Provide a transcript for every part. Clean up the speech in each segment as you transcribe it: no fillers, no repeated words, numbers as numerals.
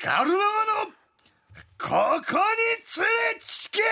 光るままのここに連れつけ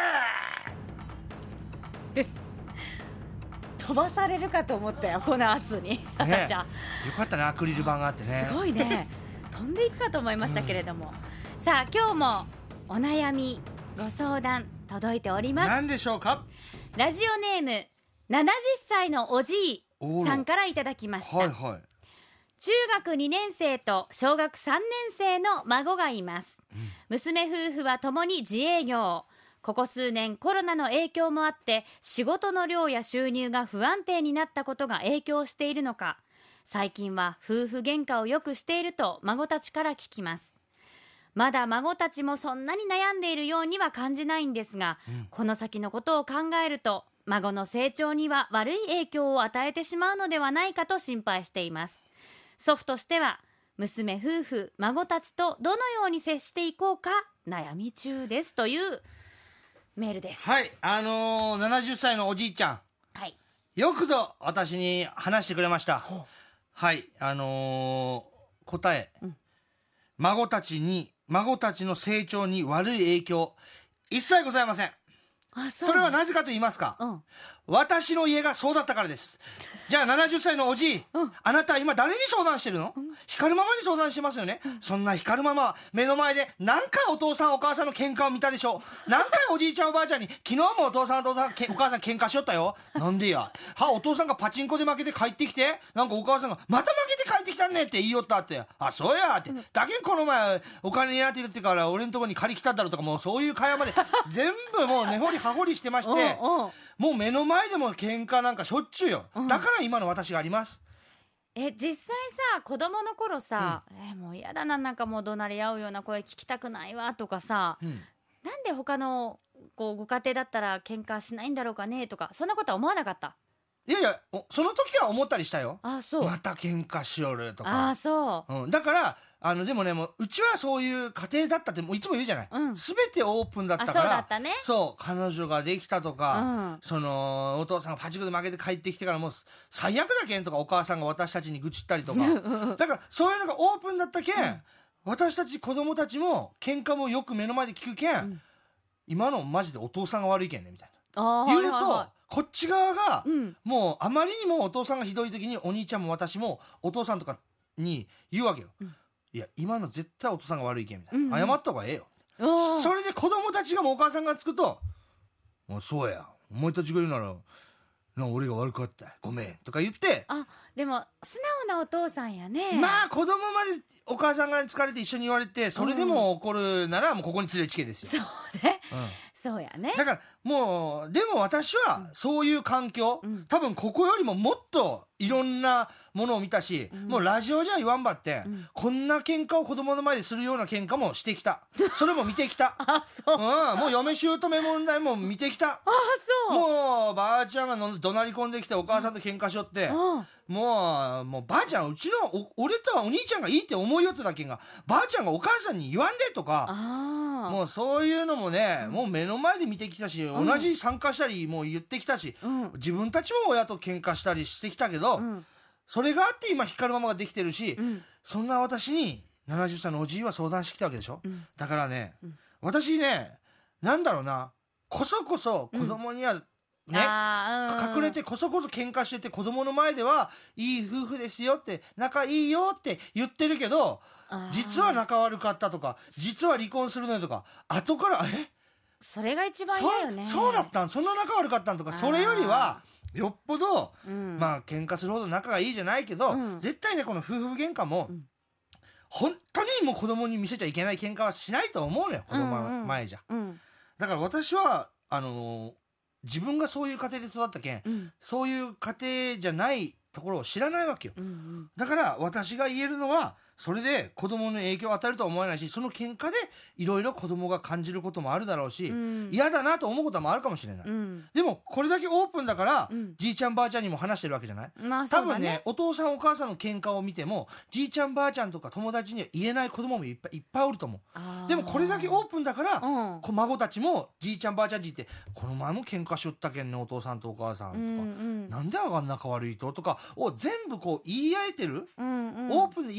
飛ばされるかと思ったよ、この圧に、私は。 よかったね、アクリル板があってね。 すごいね、飛んでいくかと思いましたけれども、さあ今日もお悩みご相談届いております。 何でしょうか。 ラジオネーム70歳のおじいさんからいただきました。 はいはい。 中学2年生と小学3年生の孫がいます、娘夫婦はともに自営業。ここ数年コロナの影響もあって仕事の量や収入が不安定になったことが影響しているのか、最近は夫婦喧嘩をよくしていると孫たちから聞きます。まだ孫たちもそんなに悩んでいるようには感じないんですが、この先のことを考えると孫の成長には悪い影響を与えてしまうのではないかと心配しています。祖父としては娘夫婦孫たちとどのように接していこうか悩み中ですというメールです。 はい、70歳のおじいちゃん、 はい、 よくぞ私に話してくれました。はい、答え、孫たちの成長に悪い影響一切ございません。それはなぜかと言いますか、私の家がそうだったからです。じゃあ70歳のおじい、あなたは今誰に相談してるの？光るママに相談してますよね。そんな光るママは目の前で何回お父さんお母さんの喧嘩を見たでしょう。何回おじいちゃんおばあちゃんに昨日もお父さんお母さん喧嘩しよったよ。なんでや。お父さんがパチンコで負けて帰ってきて、なんかお母さんがまた負けて帰ってきたねって言いよったって。あ、そうやって。だけこの前お金になってるってから俺のとこに借り来たんだろうとか、もうそういう会話まで全部もう根掘り葉掘りしてましてもう目の前でも喧嘩なんかしょっちゅうよ。だから今の私があります。 実際さ、子供の頃さ、もう嫌だな、なんかもう怒鳴り合うような声聞きたくないわとかさ、なんで他のご家庭だったら喧嘩しないんだろうかねとか、そんなことは思わなかった？ いやいや、その時は思ったりしたよ。 あ、そう。 また喧嘩しよるとか。 あ、そう、 だからでもね、もううちはそういう家庭だったってもういつも言うじゃない、全てオープンだったから。 そうだったね。 そう、彼女ができたとか、そのお父さんがパチンコで負けて帰ってきてからもう最悪だけんとか、お母さんが私たちに愚痴ったりとかだからそういうのがオープンだったけん、私たち子供たちも喧嘩もよく目の前で聞くけん、今のマジでお父さんが悪いけんねみたいな言うと、こっち側が、もうあまりにもお父さんがひどい時にお兄ちゃんも私もお父さんとかに言うわけよ、いや今の絶対お父さんが悪いけんみたいな、謝った方がええよ。それで子供たちがもうお母さんがつくと、もうそうや、お前たちが言うなら俺が悪かったごめんとか言って。 あ、でも素直なお父さんやね。 まあ子供までお母さんが疲れて一緒に言われて、それでも怒るならもうここに連れちけですよ。 そうね、そうやね。 だからもうでも私はそういう環境、多分ここよりももっといろんなものを見たし、もうラジオじゃ言わんばって、こんな喧嘩を子供の前でするような喧嘩もしてきた。それも見てきた。 あ、そう。 もう嫁姑問題も見てきた。 あ、そう。 もうばあちゃんが怒鳴り込んできてお母さんと喧嘩しよって、もうばあちゃん、うちの俺とはお兄ちゃんがいいって思いよってだけが、ばあちゃんがお母さんに言わんでとか、もうそういうのもね、もう目の前で見てきたし、同じ参加したりもう言ってきたし、自分たちも親と喧嘩したりしてきたけど、それがあって今光るママができてるし、そんな私に70歳のおじいは相談してきたわけでしょ、だからね、私ね、なんだろうな、こそこそ子供にはね、隠れてこそこそ喧嘩してて、子供の前ではいい夫婦ですよって仲いいよって言ってるけど、実は仲悪かったとか、実は離婚するのよとか、後からそれが一番嫌よね。 そうだったん、そんな仲悪かったんとか、それよりはよっぽど、まあ喧嘩するほど仲がいいじゃないけど、絶対ねこの夫婦喧嘩も、本当にもう子供に見せちゃいけない喧嘩はしないと思うのよ、子供の前じゃ。だから私は自分がそういう家庭で育ったけん、そういう家庭じゃないところを知らないわけよ、だから私が言えるのは、それで子供の影響を与えるとは思わないし、その喧嘩でいろいろ子供が感じることもあるだろうし、嫌だなと思うこともあるかもしれない、でもこれだけオープンだから、じいちゃんばあちゃんにも話してるわけじゃない、多分ね、お父さんお母さんの喧嘩を見てもじいちゃんばあちゃんとか友達には言えない子供もいっぱいおると思う。でもこれだけオープンだから、孫たちもじいちゃんばあちゃんに言って、この前も喧嘩しよったけんねお父さんとお母さんとか、なんであがん仲悪いととかを全部こう言い合えてる、オープンで言い合えてる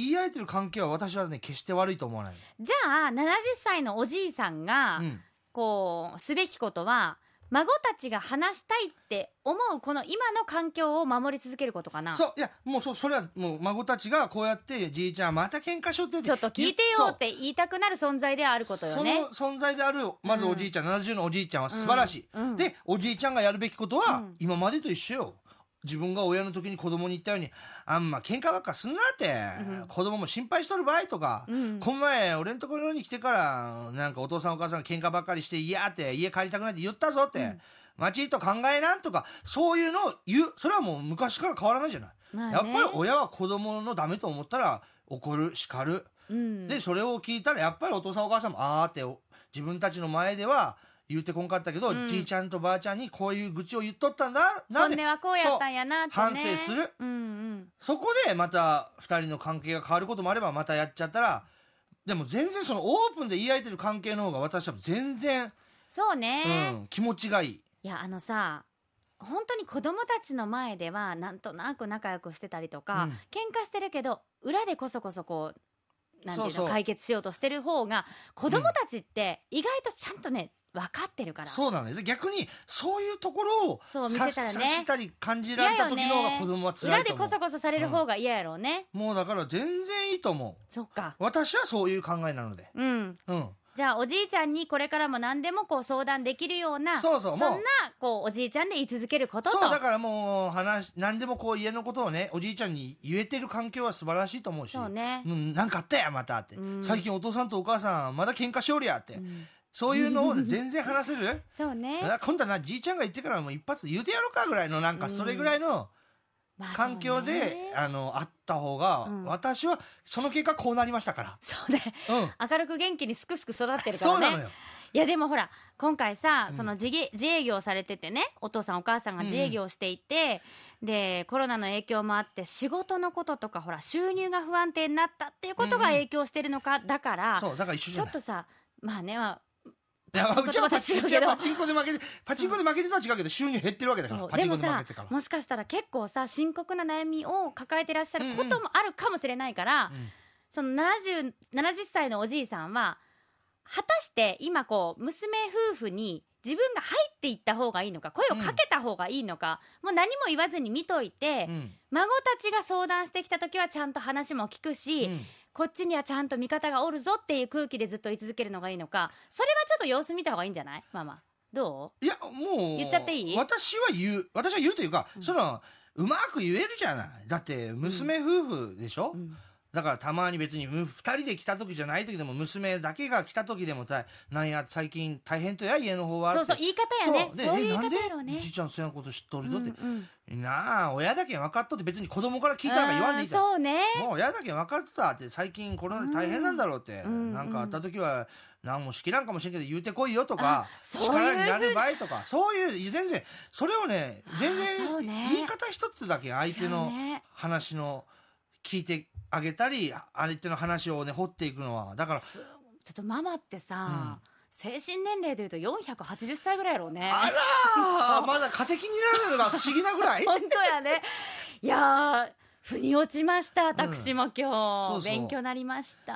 る関係は私はね決して悪いと思わない。 じゃあ70歳のおじいさんが、こうすべきことは孫たちが話したいって思うこの今の環境を守り続けることかな。 そう、いやもうそれはもう孫たちがこうやってじいちゃんまた喧嘩しようってちょっと聞いてよって言いたくなる存在であることよね。 その存在であるまずおじいちゃん、70のおじいちゃんは素晴らしい、でおじいちゃんがやるべきことは、今までと一緒よ。自分が親の時に子供に言ったようにあんま喧嘩ばっかすんなって、子供も心配しとる場合とか、この前俺のところに来てからなんかお父さんお母さんが喧嘩ばっかりして嫌って家帰りたくないって言ったぞって、町と考えなんとかそういうのを言う。それはもう昔から変わらないじゃない、やっぱり親は子供のダメと思ったら怒る叱る、でそれを聞いたらやっぱりお父さんお母さんもあーって自分たちの前では言うてこんかったけど、じいちゃんとばあちゃんにこういう愚痴を言っとったんだ本音はこうやったんやなってね反省する、そこでまた2人の関係が変わることもあればまたやっちゃったら、でも全然そのオープンで言い合えてる関係の方が私は全然そうね、 気持ちがいい。 いやさ本当に子供たちの前ではなんとなく仲良くしてたりとか、喧嘩してるけど裏でこそこそこうなんていうの解決しようとしてる方が子供たちって意外とちゃんとね分かってるから。 そうなのよ。逆にそういうところをそう見せたらね、 察したり感じられた時の方が子供は辛いと思う。 裏でこそこそされる方が嫌やろうね、 もうだから全然いいと思う。 そっか、 私はそういう考えなので、 じゃあおじいちゃんにこれからも何でもこう相談できるような、 そんなこうおじいちゃんで言い続けることと。 そうだからもう何でもこう家のことをねおじいちゃんに言えてる環境は素晴らしいと思うし、 そうね、 なんかあったやまたって、最近お父さんとお母さんまだ喧嘩しおるやって、そういうのを全然話せるそうね、 今度はじいちゃんが言ってからもう一発言うてやろうかぐらいのなんかそれぐらいの環境で、あった方が、私はその結果こうなりましたから。 そうね、明るく元気にすくすく育ってるからね。 そうなのよ。 いやでもほら今回さ、その自営業されててね、お父さんお母さんが自営業していて、でコロナの影響もあって仕事のこととかほら収入が不安定になったっていうことが影響してるのか、だからそうだから一緒じゃない。 ちょっとさまあねうちはパチンコで負けてとは違うけど収入減ってるわけだから。 でもさもしかしたら結構さ深刻な悩みを抱えてらっしゃることもあるかもしれないから、その70歳のおじいさんは果たして今こう娘夫婦に自分が入っていった方がいいのか、声をかけた方がいいのか、もう何も言わずに見といて、孫たちが相談してきた時はちゃんと話も聞くし、こっちにはちゃんと味方がおるぞっていう空気でずっと言い続けるのがいいのか、それはちょっと様子見た方がいいんじゃない？ママどう？ いやもう言っちゃっていい？ 私は言うというか、そのうまく言えるじゃない。だって娘夫婦でしょ、だからたまに別に2人で来た時じゃない時でも娘だけが来た時でもなんや最近大変とや家の方はそう言い方やね。そういう言い方やろうね。 なんでじいちゃんそういうこと知っとるぞって、なあ親だけ分かっとって別に子供から聞いたら言わんでいいじゃん。 そうね、 もう親だけ分かってたって最近コロナで大変なんだろうって、なんかあった時は何もしきらんかもしれんけど言うてこいよとか力になる場合とかそういう全然それをね全然言い方一つだけ相手の話の聞いてあげたり相手の話をね掘っていくのはだからちょっとママってさ、精神年齢でいうと480歳ぐらいやろうね。 あらまだ化石になるのが不思議なぐらい本当やね。いや腑に落ちました。私も今日、勉強になりました。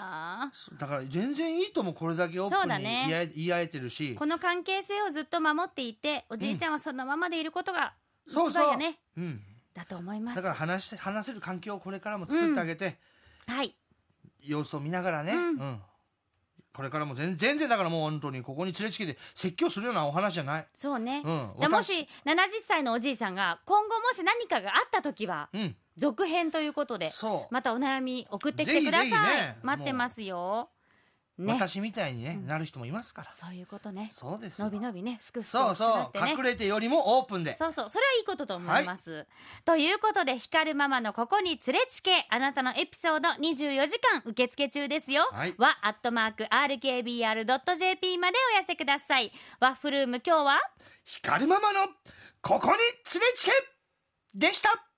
だから全然いいと思う。これだけオープンに言い合えてるし、 この関係性をずっと守っていておじいちゃんはそのままでいることが一番やね、だと思います。 だから話せる環境をこれからも作ってあげて、様子を見ながらね、これからも全然だからもう本当にここに連れつけて説教するようなお話じゃない。 そうね、じゃあもし70歳のおじいさんが今後もし何かがあった時は、続編ということでまたお悩み送ってきてください。待ってますよ。 私みたいになる人もいますから。 そういうことね。 そうです。 のびのびね、すくすくなってね。 隠れてよりもオープンで。 それはいいことと思います。ということで、光ママのここに連れちけ、あなたのエピソード24時間受付中ですよ。は@rkbr.jp までお寄せください。ワッフルーム今日は光ママのここに連れちけでした。